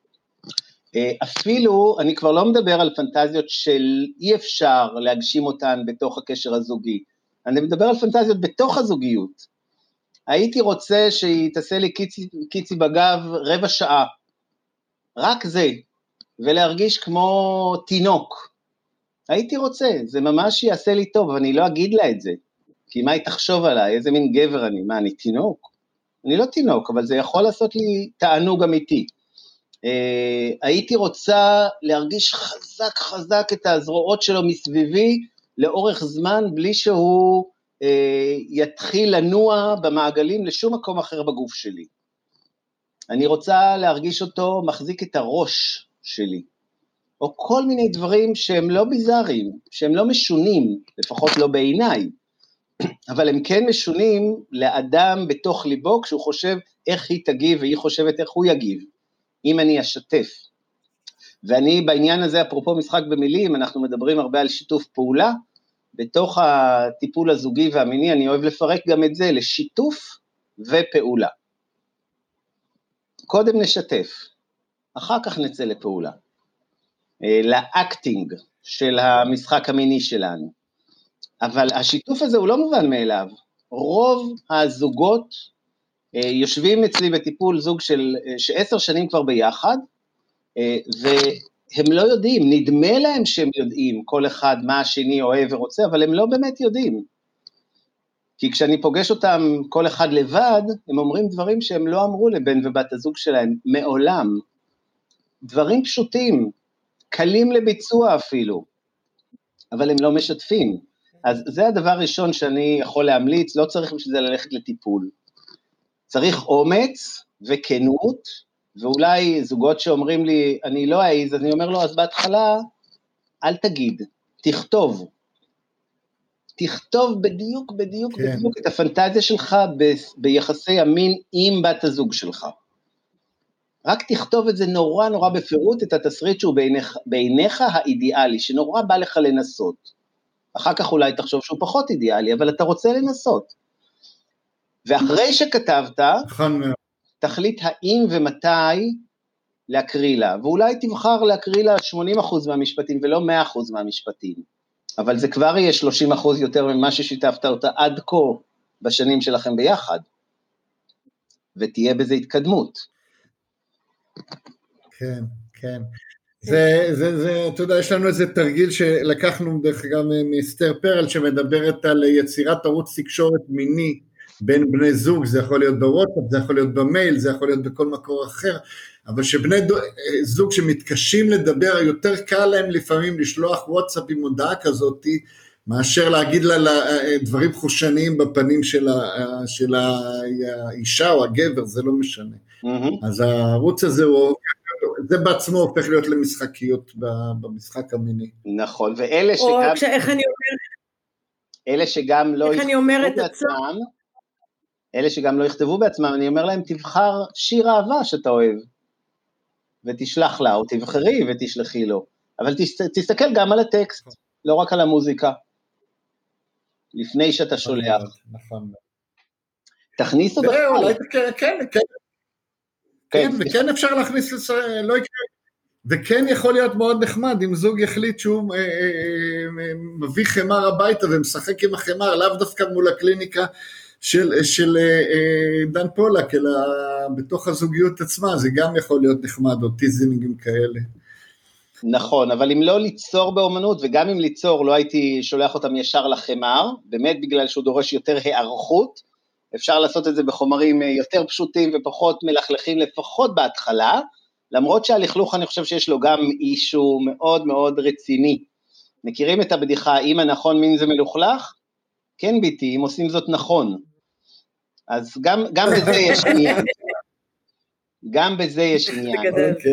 אפילו, אני כבר לא מדבר על פנטזיות של אי אפשר להגשים אותן בתוך הקשר הזוגי, אני מדבר על פנטזיות בתוך הזוגיות. הייתי רוצה שהיא תעשה לי קיצי בגב רבע שעה, רק זה, ולהרגיש כמו תינוק. הייתי רוצה, זה ממש יעשה לי טוב, אבל אני לא אגיד לה את זה, כי מה היא תחשוב עליי, איזה מין גבר אני, מה אני תינוק? אני לא תינוק, אבל זה יכול לעשות לי תענוג אמיתי. הייתי רוצה להרגיש חזק את הזרועות שלו מסביבי, לאורך זמן, בלי שהוא יתחיל לנוע במעגלים לשום מקום אחר בגוף שלי. אני רוצה להרגיש אותו מחזיק את הראש שלי, או כל מיני דברים שהם לא ביזאריים, שהם לא משונים, לפחות לא בעיניי, אבל הם כן משונים לאדם בתוך ליבו, כשהוא חושב איך היא תגיב, והיא חושבת איך הוא יגיב, אם אני אשתף. ואני בעניין הזה, אפרופו משחק במילים, אנחנו מדברים הרבה על שיתוף פעולה, בתוך הטיפול הזוגי והמיני, אני אוהב לפרק גם את זה, לשיתוף ופעולה. קודם נשתף, אחר כך נצא לפעולה, לאקטינג של המשחק המיני שלנו. אבל השיתוף הזה הוא לא מובן מאליו. רוב הזוגות יושבים אצלי בטיפול זוג ש10 שנים כבר ביחד, והם לא יודעים, נדמה להם שהם יודעים כל אחד מה השני אוהב ורוצה, אבל הם לא באמת יודעים. כי כשאני פוגש אותם כל אחד לבד, הם אומרים דברים שהם לא אמרו לבן ובת הזוג שלהם מעולם. דברים פשוטים, קלים לביצוע אפילו, אבל הם לא משתפים. אז זה הדבר הראשון שאני יכול להמליץ, לא צריך בשביל זה ללכת לטיפול. צריך אומץ וכנות, ואולי זוגות שאומרים לי, אני לא אעיז, אז אני אומר לו, אז בהתחלה, אל תגיד, תכתוב. תכתוב בדיוק את הפנטזיה שלך ביחסי המין עם בת הזוג שלך. רק תכתוב את זה נורא בפירוט, את התסריט שהוא בעיניך האידיאלי, שנורא בא לך לנסות. אחר כך אולי תחשוב שהוא פחות אידיאלי, אבל אתה רוצה לנסות. ואחרי שכתבת, תחליט האם ומתי להקריא לה, ואולי תבחר להקריא לה 80% מהמשפטים, ולא 100% מהמשפטים. אבל זה כבר יהיה 30% יותר ממה ששיתפת אותה עד כה בשנים שלכם ביחד, ותהיה בזה התקדמות. כן, כן. זה, אתה יודע, יש לנו איזה תרגיל שלקחנו דרך גם מאסתר פרל, שמדברת על יצירת ערוץ תקשורת מיני בין בני זוג, זה יכול להיות בוואטסאפ, זה יכול להיות במייל, זה יכול להיות בכל מקור אחר, אבל שבני זוג שמתקשים לדבר, יותר קל להם לפעמים לשלוח וואטסאפ עם הודעה כזאת, מאשר להגיד לה דברים חושניים בפנים של האישה או הגבר, זה לא משנה. אז הערוץ הזה זה בעצמו הופך להיות למשחקיות במשחק המיני. נכון, ואלה שגם... איך אני אומרת? אלה שגם לא יכתבו בעצמם, אלה שגם לא יכתבו בעצמם, אני אומר להם, תבחר שיר אהבה שאתה אוהב, ותשלח לה, או תבחרי ותשלחי לו, אבל תסתכל גם על הטקסט, לא רק על המוזיקה, לפני שאתה שולח. נכון. תכניסו בכלל. כן, וכן אפשר להכניס, לא יקרה, וכן יכול להיות מאוד נחמד, אם זוג יחליט שהוא מביא חמר הביתה, ומשחק עם החמר, לאו דווקא מול הקליניקה, של דן פולק, אלא בתוך הזוגיות עצמה, זה גם יכול להיות נחמד, או טיזינגים כאלה. נכון, אבל אם לא ליצור באומנות, וגם אם ליצור, לא הייתי שולח אותם ישר לחמר, באמת בגלל שהוא דורש יותר הערכות, אפשר לעשות את זה בחומרים יותר פשוטים ופחות מלכלכים, לפחות בהתחלה, למרות שהלכלוך אני חושב שיש לו גם אישו מאוד מאוד רציני. מכירים את הבדיחה, אם הנכון מין זה מלוכלך? כן ביתי, אם עושים זאת נכון. אז גם בזה יש עניין. גם בזה יש עניין.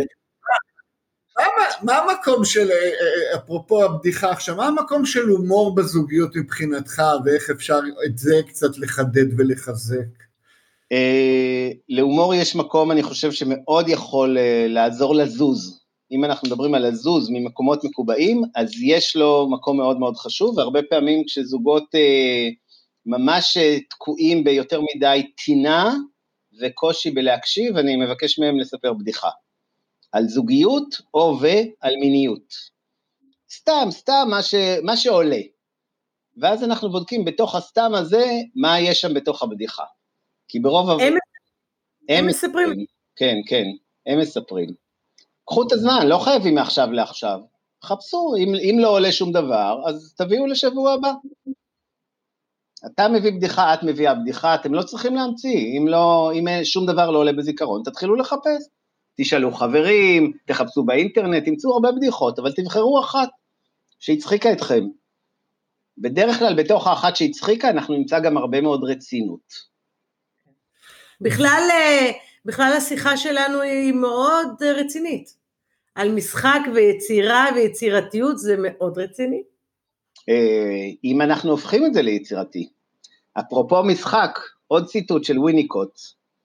מה המקום של, אפרופו הבדיחה עכשיו, מה המקום של הומור בזוגיות מבחינתך, ואיך אפשר את זה קצת לחדד ולחזק? להומור יש מקום, אני חושב שמאוד יכול לעזור לזוז. אם אנחנו מדברים על לזוז ממקומות מקובעים, אז יש לו מקום מאוד מאוד חשוב, והרבה פעמים כשזוגות ממש תקועים ביותר מדי טינה וקושי בלהקשיב, אני מבקש מהם לספר בדיחה. על זוגיות או ועל מיניות. סתם מה שעולה. ואז אנחנו בודקים בתוך הסתם הזה, מה יש שם בתוך הבדיחה. כי ברוב... הם מספרים. כן, הם מספרים. קחו את הזמן, לא חייבים מעכשיו לעכשיו. חפשו, אם לא עולה שום דבר, אז תביאו לשבוע הבא. אתה מביא בדיחה, את מביאה בדיחה, אתם לא צריכים להמציא. אם שום דבר לא עולה בזיכרון, תתחילו לחפש. תשאלו חברים, תחפשו באינטרנט, תמצאו הרבה בדיחות, אבל תבחרו אחת שהצחיקה אתכם. בדרך כלל בתוך האחת שהצחיקה, אנחנו נמצא גם הרבה מאוד רצינות. בכלל השיחה שלנו היא מאוד רצינית. על משחק ויצירה ויצירתיות זה מאוד רציני. אם אנחנו הופכים את זה ליצירתי. אפרופו משחק, עוד ציטוט של ויניקוט,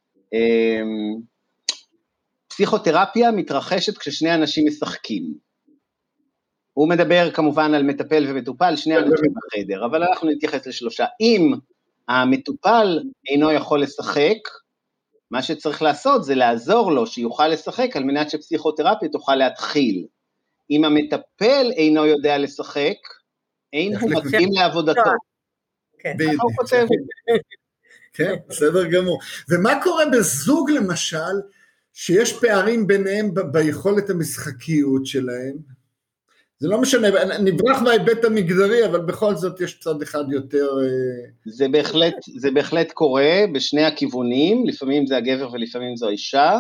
פסיכותרפיה מתרחשת כששני אנשים משחקים. הוא מדבר כמובן על מטפל ומטופל, שני אנשים בחדר, אבל אנחנו נתייחס לשלושה. אם המטופל אינו יכול לשחק, מה שצריך לעשות זה לעזור לו שיוכל לשחק, על מנת שפסיכותרפיה תוכל להתחיל. אם המטפל אינו יודע לשחק, אין הוא מתאים לעבודתו. כן, ככה הוא כותב. כן, בסדר גמור. ומה קורה בזוג למשל, שיש פערים ביניהם ביכולת המשחקיות שלהם? זה לא משנה, נברח מההיבט המגדרי, אבל בכל זאת יש צד אחד יותר... זה בהחלט קורה בשני הכיוונים, לפעמים זה הגבר ולפעמים זו האישה.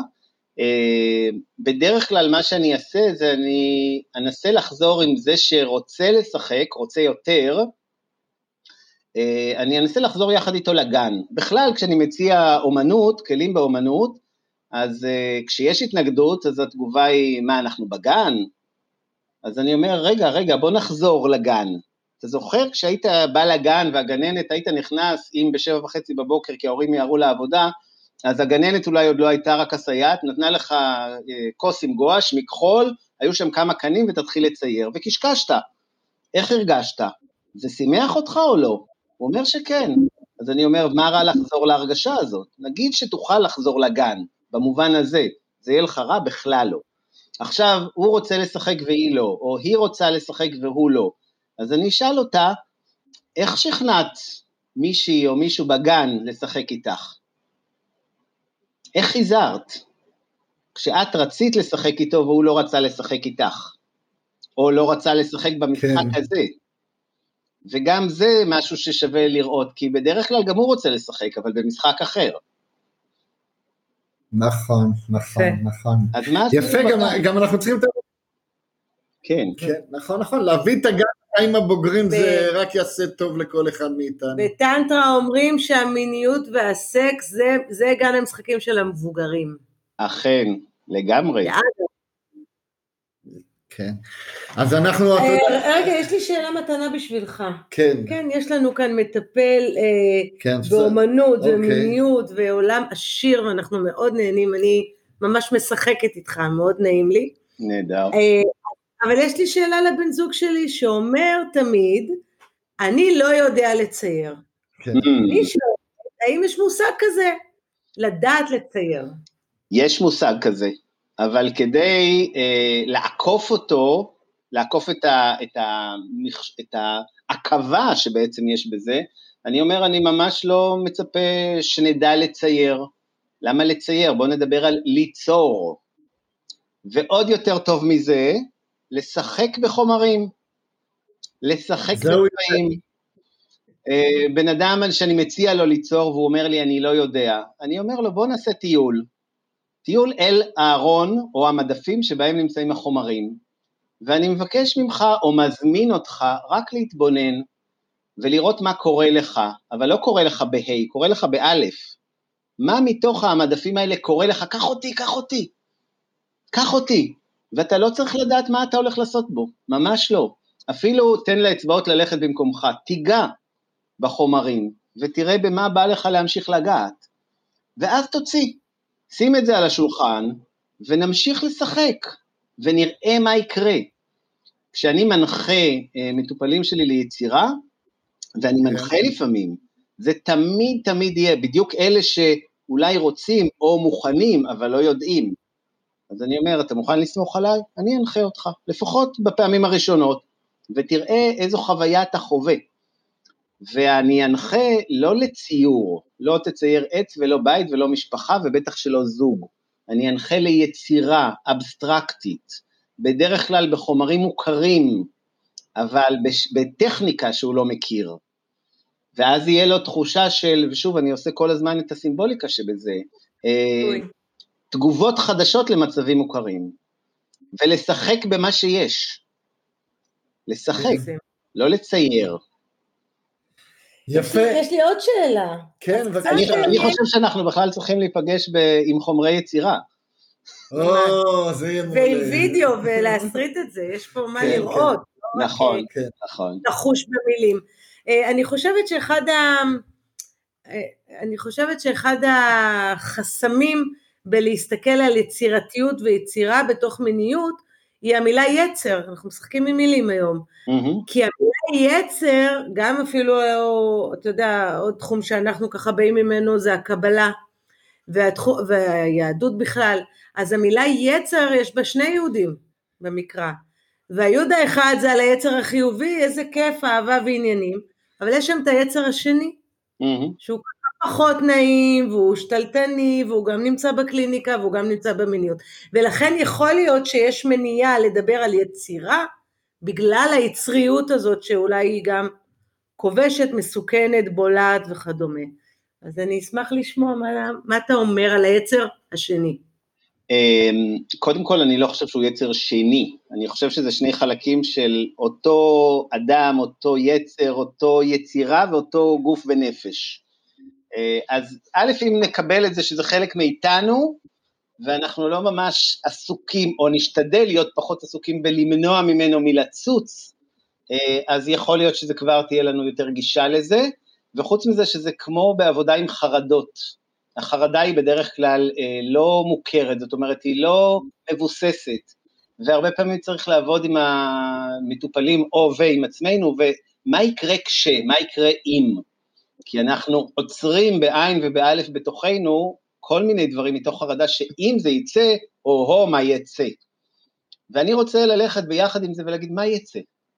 בדרך כלל מה שאני אעשה, זה אני אנסה לחזור עם זה שרוצה לשחק, רוצה יותר, אני אנסה לחזור יחד איתו לגן. בכלל, כשאני מציע אומנות, כלים באומנות, אז כשיש התנגדות, אז התגובה היא, מה, אנחנו בגן? אז אני אומר, רגע, בוא נחזור לגן. אתה זוכר כשהיית בא לגן והגננת, היית נכנס, אם ב7:30 בבוקר, כי ההורים יערו לעבודה, אז הגננת אולי עוד לא הייתה רק הסייעת, נתנה לך כוס עם גואש, מכחול, היו שם כמה קנים ותתחיל לצייר, וקשקשת. איך הרגשת? זה שימח אותך או לא? הוא אומר שכן. אז אני אומר, מה רע לחזור להרגשה הזאת? נגיד שתוכל לחזור לגן, במובן הזה, זה יהיה לך רע בכלל לא. עכשיו, הוא רוצה לשחק והיא לא, או היא רוצה לשחק והוא לא. אז אני אשאל אותה, איך שכנעת מישהי או מישהו בגן לשחק איתך? איך חיזרת? כשאת רצית לשחק איתו והוא לא רצה לשחק איתך, או לא רצה לשחק במשחק הזה. וגם זה משהו ששווה לראות, כי בדרך כלל גם הוא רוצה לשחק, אבל במשחק אחר. נכון. אז מה יפה, גם אנחנו צריכים את... כן. נכון, להביא את הגן עם הבוגרים, זה רק יעשה טוב לכל אחד מאיתנו. בטנטרה אומרים שהמיניות והסקס, זה גן המשחקים של המבוגרים. אכן, לגמרי. כן. אז אנחנו... רגע, יש לי שאלה מתנה בשבילך. כן. כן, יש לנו כאן מטפל באומנות ומיניות ועולם עשיר, ואנחנו מאוד נהנים, אני ממש משחקת איתך, מאוד נעים לי. נהדר. אבל יש לי שאלה לבן זוג שלי, שאומר תמיד, אני לא יודע לצייר. כן. האם יש מושג כזה? לדעת לצייר. יש מושג כזה. אבל כדי לעקוף אותו, לעקוף את העקבה שבעצם יש בזה, אני אומר, אני ממש לא מצפה שנדע לצייר. למה לצייר? בואו נדבר על ליצור. ועוד יותר טוב מזה, לשחק בחומרים. לשחק בצבעים. בן אדם שאני מציע לו ליצור, והוא אומר לי, אני לא יודע. אני אומר לו, בוא נעשה טיול. טיול אל הארון, או המדפים שבהם נמצאים החומרים. ואני מבקש ממך, או מזמין אותך, רק להתבונן, ולראות מה קורה לך, אבל לא קורה לך בהי, קורה לך באלף. מה מתוך המדפים האלה קורה לך? קח אותי, קח אותי. קח אותי. ואתה לא צריך לדעת מה אתה הולך לעשות בו. ממש לא. אפילו תן לאצבעות ללכת במקומך. תיגע בחומרים, ותראה במה בא לך להמשיך לגעת. ואז תוציא. שים את זה על השולחן, ונמשיך לשחק. ונראה מה יקרה. כשאני מנחה מטופלים שלי ליצירה, ואני מנחה לפעמים, זה תמיד יהיה, בדיוק אלה שאולי רוצים או מוכנים, אבל לא יודעים. אז אני אומר, אתה מוכן לסמוך עליי? אני אנחה אותך, לפחות בפעמים הראשונות, ותראה איזו חוויה אתה חווה. ואני אנחה לא לציור, לא תצייר עץ ולא בית ולא משפחה, ובטח שלא זוג. אני אנחה ליצירה אבסטרקטית, בדרך כלל בחומרים מוכרים, אבל בטכניקה שהוא לא מכיר. ואז יהיה לו תחושה של, ושוב אני עושה כל הזמן את הסימבוליקה שבזה, תגובות חדשות למצבים מוכרים, ולשחק במה שיש. לשחק, לא לצייר. יפה. יש לי עוד שאלה. כן, אני חושב שאנחנו בכלל צריכים להיפגש עם חומרי יצירה. זה יהיה מעולה. ועם וידאו, ולהסריט את זה, יש פה מה לראות. נכון. לחוש במילים. אני חושבת שאחד החסמים בלהסתכל על יצירתיות ויצירה בתוך מיניות, היא המילה יצר, אנחנו משחקים עם מילים היום, כי המילה יצר, גם אפילו, אתה יודע, עוד תחום שאנחנו ככה באים ממנו, זה הקבלה, והיהדות בכלל, אז המילה יצר יש בה שני יהודים במקרא, והיהוד האחד זה על היצר החיובי, איזה כיף, אהבה ועניינים, אבל יש שם את היצר השני, שהוא פחות נעים, והוא שתלטני, והוא גם נמצא בקליניקה, והוא גם נמצא במיניות. ולכן יכול להיות שיש מניעה לדבר על יצירה, בגלל היצריות הזאת, שאולי היא גם כובשת, מסוכנת, בולעת וכדומה. אז אני אשמח לשמוע מה אתה אומר על היצר השני. קודם כל, אני לא חושב שהוא יצר שני. אני חושב שזה שני חלקים של אותו אדם, אותו יצר, אותו יצירה, ואותו גוף ונפש. אז א', אם נקבל את זה שזה חלק מאיתנו, ואנחנו לא ממש עסוקים, או נשתדל להיות פחות עסוקים בלמנוע ממנו מלצוץ, אז יכול להיות שזה כבר תהיה לנו יותר גישה לזה, וחוץ מזה שזה כמו בעבודה עם חרדות. החרדה היא בדרך כלל לא מוכרת, זאת אומרת היא לא מבוססת, והרבה פעמים צריך לעבוד עם המטופלים או ועם עצמנו, ומה יקרה מה יקרה אם? כי אנחנו עוצרים בעין ובאלף בתוכנו כל מיני דברים מתוך חרדה שאם זה יצא, או מה יצא. ואני רוצה ללכת ביחד עם זה ולהגיד מה יצא.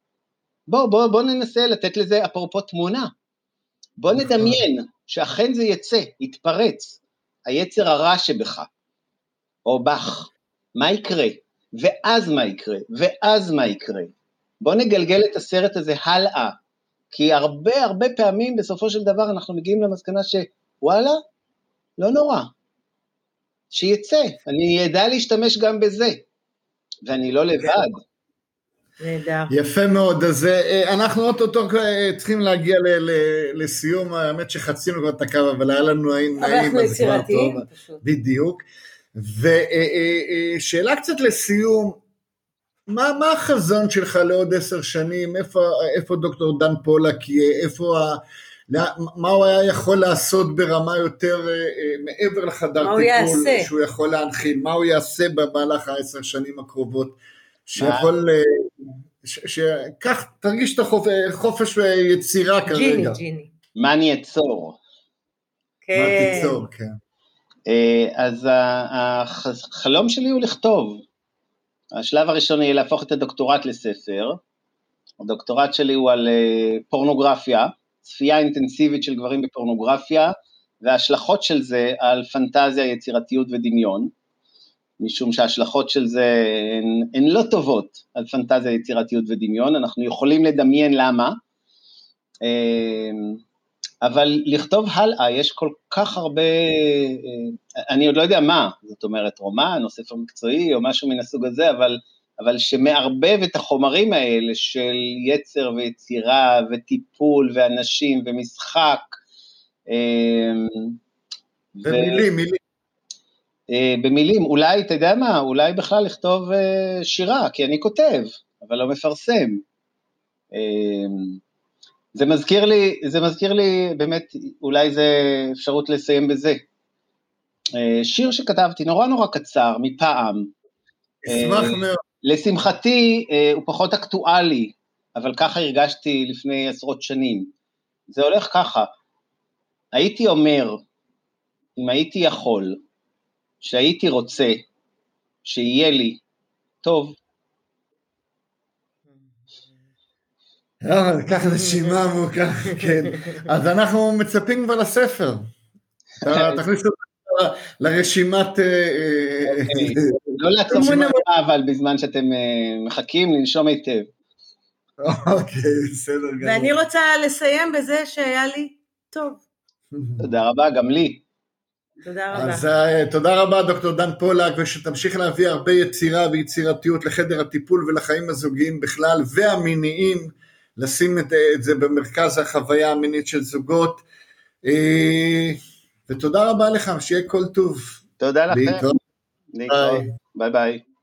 בוא ננסה לתת לזה אפרופו תמונה. בוא נדמיין שאכן זה יצא, יתפרץ, היצר הרע שבך, או בך. מה יקרה? ואז מה יקרה? ואז מה יקרה? בוא נגלגל את הסרט הזה הלאה. כי הרבה פעמים בסופו של דבר אנחנו מגיעים למסקנה שוואלה, לא נורא, שיצא, אני ידע להשתמש גם בזה, ואני לא לבד. יפה מאוד, אז אנחנו אותו צריכים להגיע לסיום, האמת שחצינו כבר את הקו, אבל היה לנו נעים, אנחנו יצירתיים, בדיוק, ושאלה קצת לסיום, מה החזון שלך לעוד 10 שנים, איפה דוקטור דן פולק יהיה, מה הוא היה יכול לעשות ברמה יותר מעבר לחדר טיפול, שהוא יכול להנחיל, מה הוא יעשה במהלך 10 שנים הקרובות, שיכול, שכך תרגיש את החופש יצירה כרגע. ג'יני. מה אני אצור? כן. מה תיצור, כן. אז החלום שלי הוא לכתוב. השלב הראשון יהיה להפוך את הדוקטורט לספר, הדוקטורט שלי הוא על פורנוגרפיה, צפייה אינטנסיבית של גברים בפורנוגרפיה, וההשלכות של זה על פנטזיה, יצירתיות ודמיון, משום שההשלכות של זה הן לא טובות על פנטזיה, יצירתיות ודמיון, אנחנו יכולים לדמיין למה, אבל לכתוב הלאה, יש כל כך הרבה, אני עוד לא יודע מה, זאת אומרת רומן או ספר מקצועי או משהו מן הסוג הזה, אבל שמערבב את החומרים האלה של יצר ויצירה וטיפול ואנשים ומשחק. ומילים, במילים, אולי, אתה יודע מה, אולי בכלל לכתוב שירה, כי אני כותב, אבל לא מפרסם. זה מזכיר לי, באמת, אולי זה אפשרות לסיים בזה. שיר שכתבתי, נורא קצר, מפעם. אשמח מאוד. לשמחתי, הוא פחות אקטואלי, אבל ככה הרגשתי לפני עשרות שנים. זה הולך ככה. הייתי אומר, אם הייתי יכול, שהייתי רוצה, שיהיה לי, טוב. ככה נשימה עמוקה, כן. אז אנחנו מצפים כבר לספר. תכניס אותה לרשימת... לא לעצור שמונה, אבל בזמן שאתם מחכים, לנשום היטב. אוקיי, בסדר גמור. ואני רוצה לסיים בזה שהיה לי טוב. תודה רבה, גם לי. תודה רבה. אז תודה רבה דוקטור דן פולק, ושתמשיך להביא הרבה יצירה ויצירתיות לחדר הטיפול ולחיים הזוגיים בכלל, והמיניים, לשים את זה במרכז החוויה המינית של זוגות, ותודה רבה לך, שיהיה כל טוב. תודה לכם. ביי ביי.